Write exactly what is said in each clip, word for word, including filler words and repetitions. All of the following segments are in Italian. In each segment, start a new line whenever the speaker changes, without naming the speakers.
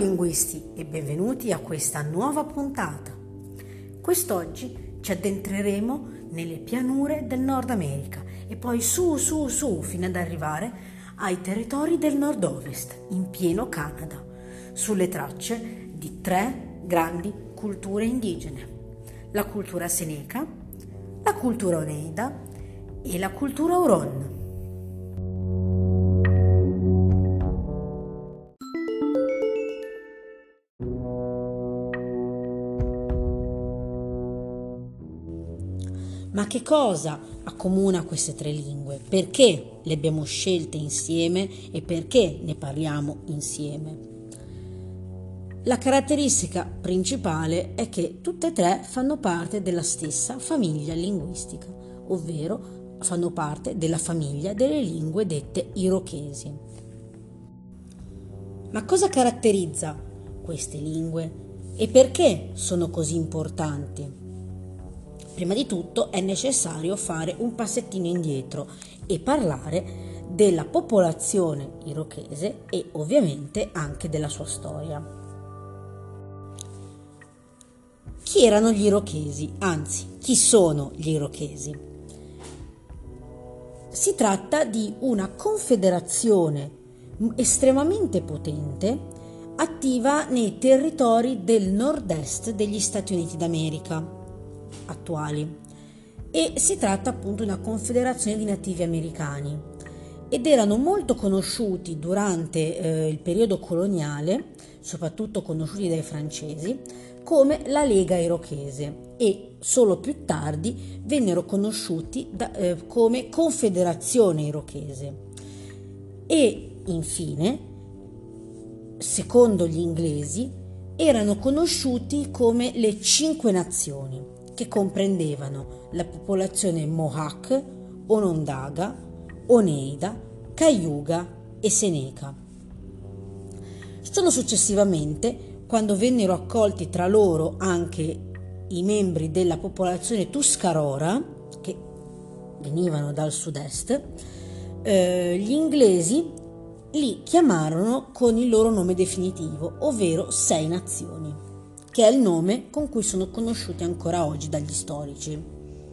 linguisti e benvenuti a questa nuova puntata. Quest'oggi ci addentreremo nelle pianure del Nord America e poi su su su fino ad arrivare ai territori del nord-ovest, in pieno Canada, sulle tracce di tre grandi culture indigene: la cultura Seneca, la cultura Oneida e la cultura Huron. Ma che cosa accomuna queste tre lingue? Perché le abbiamo scelte insieme e perché ne parliamo insieme? La caratteristica principale è che tutte e tre fanno parte della stessa famiglia linguistica, ovvero fanno parte della famiglia delle lingue dette irochesi. Ma cosa caratterizza queste lingue e perché sono così importanti? Prima di tutto è necessario fare un passettino indietro e parlare della popolazione irochese e ovviamente anche della sua storia. Chi erano gli irochesi? Anzi, chi sono gli irochesi? Si tratta di una confederazione estremamente potente attiva nei territori del nord-est degli Stati Uniti d'America attuali, e si tratta appunto di una confederazione di nativi americani ed erano molto conosciuti durante eh, il periodo coloniale, soprattutto conosciuti dai francesi, come la Lega Irochese, e solo più tardi vennero conosciuti da, eh, come Confederazione Irochese. E infine, secondo gli inglesi, erano conosciuti come le Cinque Nazioni, che comprendevano la popolazione Mohawk, Onondaga, Oneida, Cayuga e Seneca. Solo successivamente, quando vennero accolti tra loro anche i membri della popolazione Tuscarora, che venivano dal sud-est, eh, gli inglesi li chiamarono con il loro nome definitivo, ovvero Sei Nazioni, che è il nome con cui sono conosciuti ancora oggi dagli storici.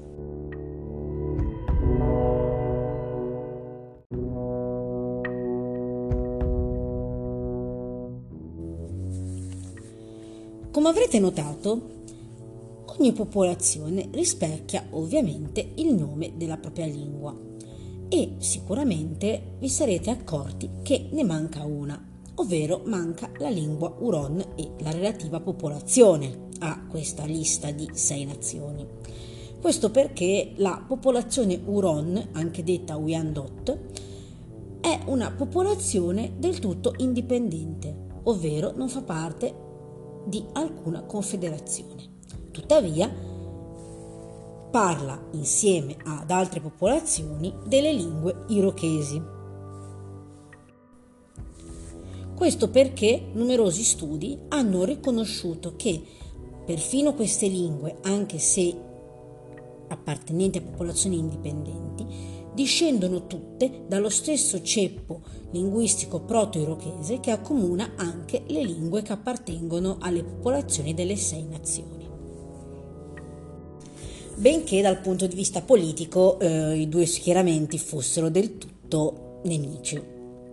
Come avrete notato, ogni popolazione rispecchia ovviamente il nome della propria lingua e sicuramente vi sarete accorti che ne manca una, ovvero manca la lingua Huron e la relativa popolazione a questa lista di sei nazioni. Questo perché la popolazione Huron, anche detta Wyandot, è una popolazione del tutto indipendente, ovvero non fa parte di alcuna confederazione. Tuttavia, parla insieme ad altre popolazioni delle lingue irochesi. Questo perché numerosi studi hanno riconosciuto che perfino queste lingue, anche se appartenenti a popolazioni indipendenti, discendono tutte dallo stesso ceppo linguistico proto-irochese che accomuna anche le lingue che appartengono alle popolazioni delle sei nazioni. Benché dal punto di vista politico eh, i due schieramenti fossero del tutto nemici.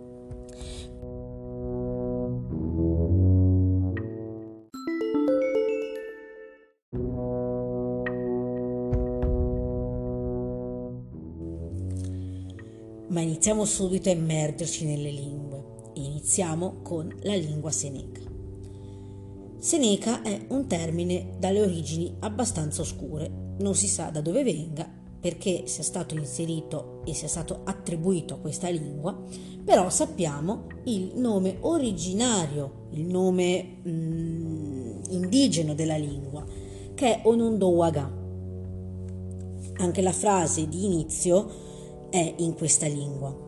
Ma iniziamo subito a immergerci nelle lingue e iniziamo con la lingua Seneca. Seneca è un termine dalle origini abbastanza oscure, non si sa da dove venga, perché sia stato inserito e sia stato attribuito a questa lingua, però sappiamo il nome originario, il nome mm, indigeno della lingua, che è Onondaga. Anche la frase di inizio è in questa lingua.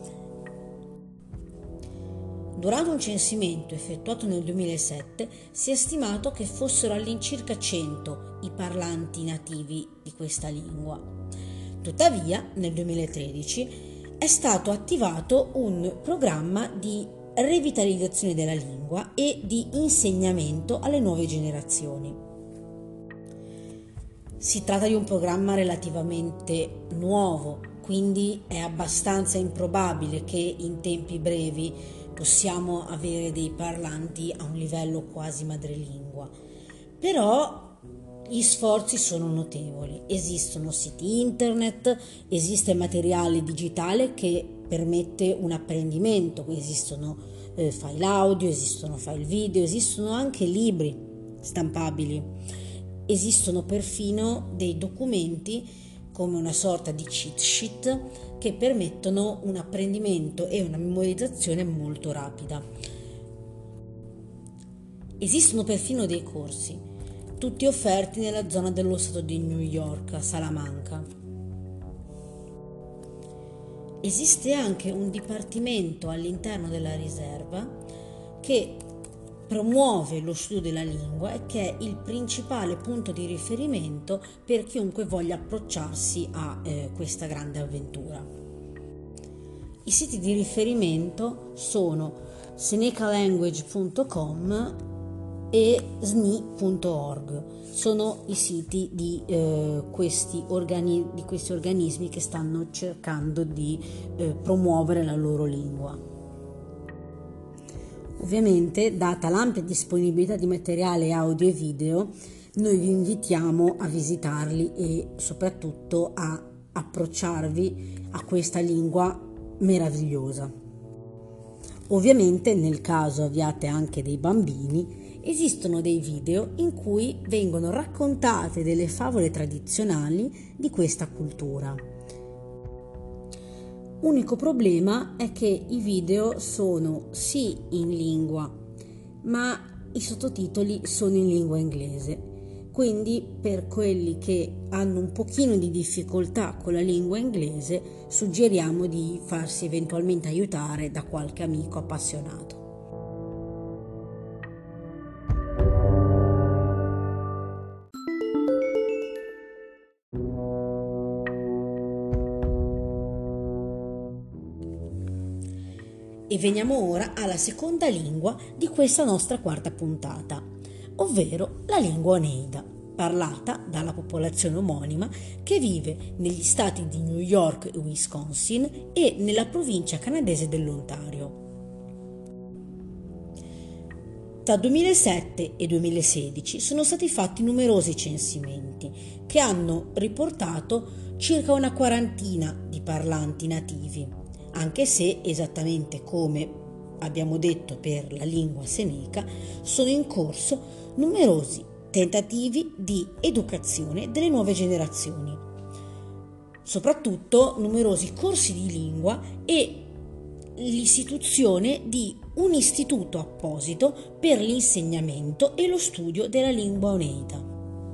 Durante un censimento effettuato nel duemilasette si è stimato che fossero all'incirca cento i parlanti nativi di questa lingua. Tuttavia, nel duemilatredici è stato attivato un programma di revitalizzazione della lingua e di insegnamento alle nuove generazioni. Si tratta di un programma relativamente nuovo, quindi è abbastanza improbabile che in tempi brevi possiamo avere dei parlanti a un livello quasi madrelingua. Però gli sforzi sono notevoli, esistono siti internet, esiste materiale digitale che permette un apprendimento, esistono eh, file audio, esistono file video, esistono anche libri stampabili, esistono perfino dei documenti come una sorta di cheat sheet che permettono un apprendimento e una memorizzazione molto rapida. Esistono perfino dei corsi, tutti offerti nella zona dello stato di New York, a Salamanca. Esiste anche un dipartimento all'interno della riserva che promuove lo studio della lingua e che è il principale punto di riferimento per chiunque voglia approcciarsi a eh, questa grande avventura. I siti di riferimento sono seneca language punto com e S N I punto org. Sono i siti di, eh, questi organi- di questi organismi che stanno cercando di eh, promuovere la loro lingua. Ovviamente, data l'ampia disponibilità di materiale audio e video, noi vi invitiamo a visitarli e soprattutto a approcciarvi a questa lingua meravigliosa. Ovviamente, nel caso abbiate anche dei bambini, esistono dei video in cui vengono raccontate delle favole tradizionali di questa cultura. Unico problema è che i video sono sì in lingua, ma i sottotitoli sono in lingua inglese. Quindi per quelli che hanno un pochino di difficoltà con la lingua inglese, suggeriamo di farsi eventualmente aiutare da qualche amico appassionato. E veniamo ora alla seconda lingua di questa nostra quarta puntata, ovvero la lingua oneida, parlata dalla popolazione omonima che vive negli stati di New York e Wisconsin e nella provincia canadese dell'Ontario. Tra duemilasette e duemilasedici sono stati fatti numerosi censimenti che hanno riportato circa una quarantina di parlanti nativi, anche se, esattamente come abbiamo detto per la lingua seneca, sono in corso numerosi tentativi di educazione delle nuove generazioni, soprattutto numerosi corsi di lingua e l'istituzione di un istituto apposito per l'insegnamento e lo studio della lingua oneida.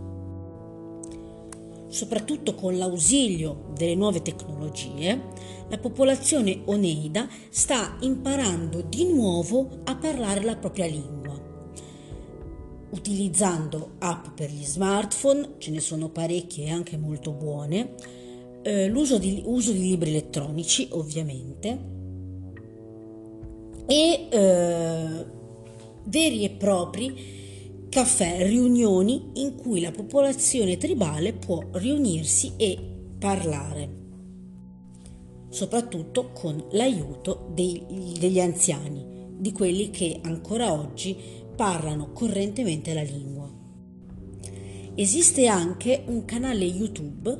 Soprattutto con l'ausilio delle nuove tecnologie, la popolazione oneida sta imparando di nuovo a parlare la propria lingua, utilizzando app per gli smartphone, ce ne sono parecchie e anche molto buone, eh, l'uso di, uso di libri elettronici ovviamente, e eh, veri e propri caffè, riunioni in cui la popolazione tribale può riunirsi e parlare, soprattutto con l'aiuto dei, degli anziani, di quelli che ancora oggi parlano correntemente la lingua. Esiste anche un canale YouTube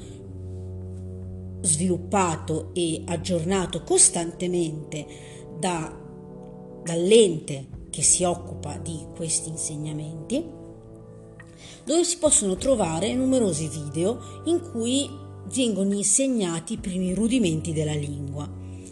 sviluppato e aggiornato costantemente da, dall'ente che si occupa di questi insegnamenti, dove si possono trovare numerosi video in cui vengono insegnati i primi rudimenti della lingua.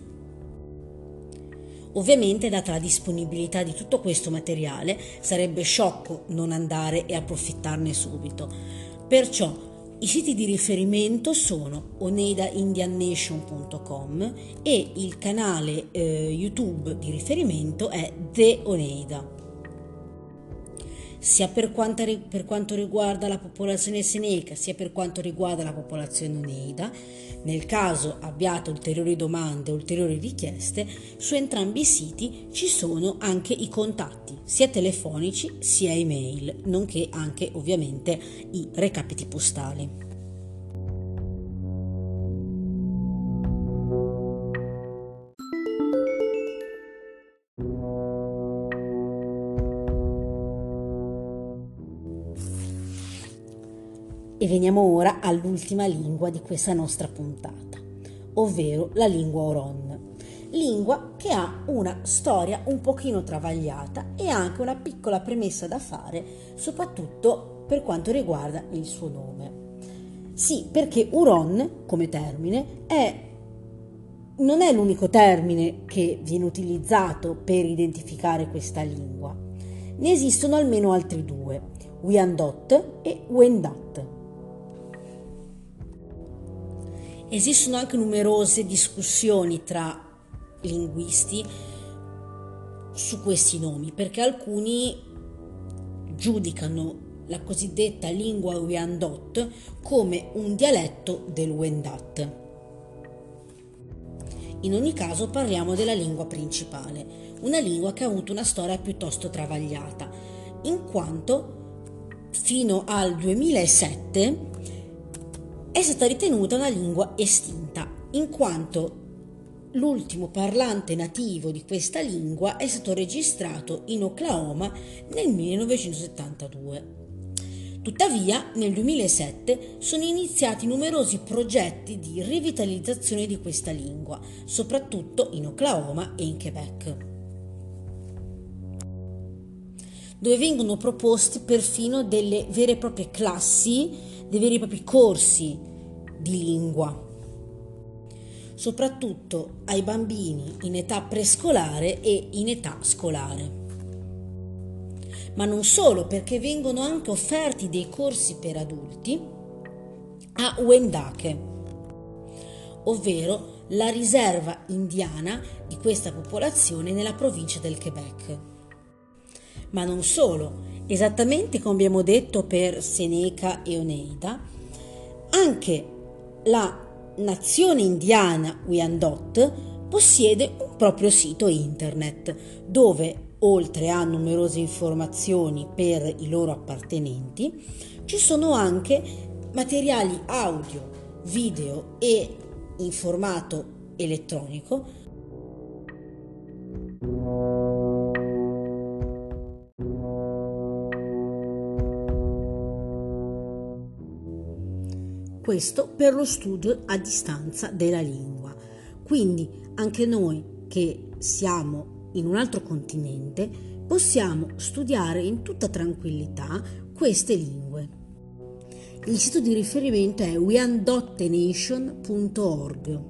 Ovviamente, data la disponibilità di tutto questo materiale, sarebbe sciocco non andare e approfittarne subito. Perciò i siti di riferimento sono oneida indian nation punto com e il canale eh, YouTube di riferimento è The Oneida. sia per quanto, per quanto riguarda la popolazione seneca, sia per quanto riguarda la popolazione oneida. Nel caso abbiate ulteriori domande, ulteriori richieste, su entrambi i siti ci sono anche i contatti, sia telefonici sia email, nonché anche ovviamente i recapiti postali. E veniamo ora all'ultima lingua di questa nostra puntata, ovvero la lingua Huron. Lingua che ha una storia un pochino travagliata e anche una piccola premessa da fare, soprattutto per quanto riguarda il suo nome. Sì, perché Huron, come termine, è, non è l'unico termine che viene utilizzato per identificare questa lingua. Ne esistono almeno altri due, Wyandot e Wendat. Esistono anche numerose discussioni tra linguisti su questi nomi, perché alcuni giudicano la cosiddetta lingua Wyandot come un dialetto del Wendat. In ogni caso parliamo della lingua principale, una lingua che ha avuto una storia piuttosto travagliata, in quanto fino al duemilasette è stata ritenuta una lingua estinta, in quanto l'ultimo parlante nativo di questa lingua è stato registrato in Oklahoma nel millenovecentosettantadue. Tuttavia, nel duemilasette sono iniziati numerosi progetti di rivitalizzazione di questa lingua, soprattutto in Oklahoma e in Quebec, dove vengono proposti perfino delle vere e proprie classi, dei veri e propri corsi di lingua, soprattutto ai bambini in età prescolare e in età scolare. Ma non solo, perché vengono anche offerti dei corsi per adulti a Wendake, ovvero la riserva indiana di questa popolazione nella provincia del Quebec. Ma non solo, esattamente come abbiamo detto per Seneca e Oneida, anche la nazione indiana Wyandot possiede un proprio sito internet dove, oltre a numerose informazioni per i loro appartenenti, ci sono anche materiali audio, video e in formato elettronico questo per lo studio a distanza della lingua. Quindi anche noi che siamo in un altro continente possiamo studiare in tutta tranquillità queste lingue. Il sito di riferimento è wyandottenation punto org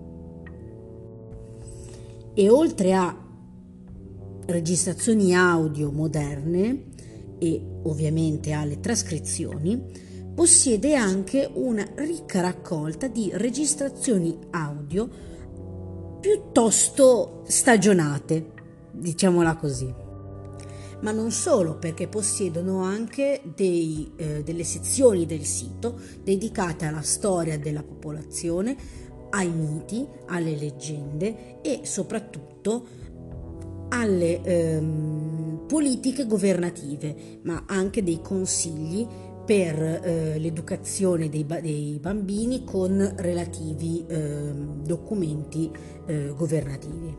e oltre a registrazioni audio moderne e ovviamente alle trascrizioni, possiede anche una ricca raccolta di registrazioni audio piuttosto stagionate, diciamola così. Ma non solo, perché possiedono anche dei, eh, delle sezioni del sito dedicate alla storia della popolazione, ai miti, alle leggende e soprattutto alle ehm, politiche governative, ma anche dei consigli per eh, l'educazione dei, ba- dei bambini con relativi eh, documenti eh, governativi.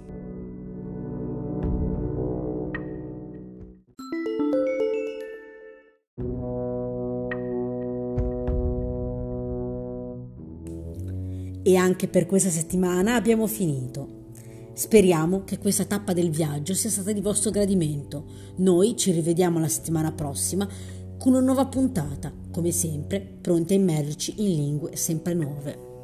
E anche per questa settimana abbiamo finito. Speriamo che questa tappa del viaggio sia stata di vostro gradimento. Noi ci rivediamo la settimana prossima con una nuova puntata, come sempre, pronti a immergerci in lingue sempre nuove.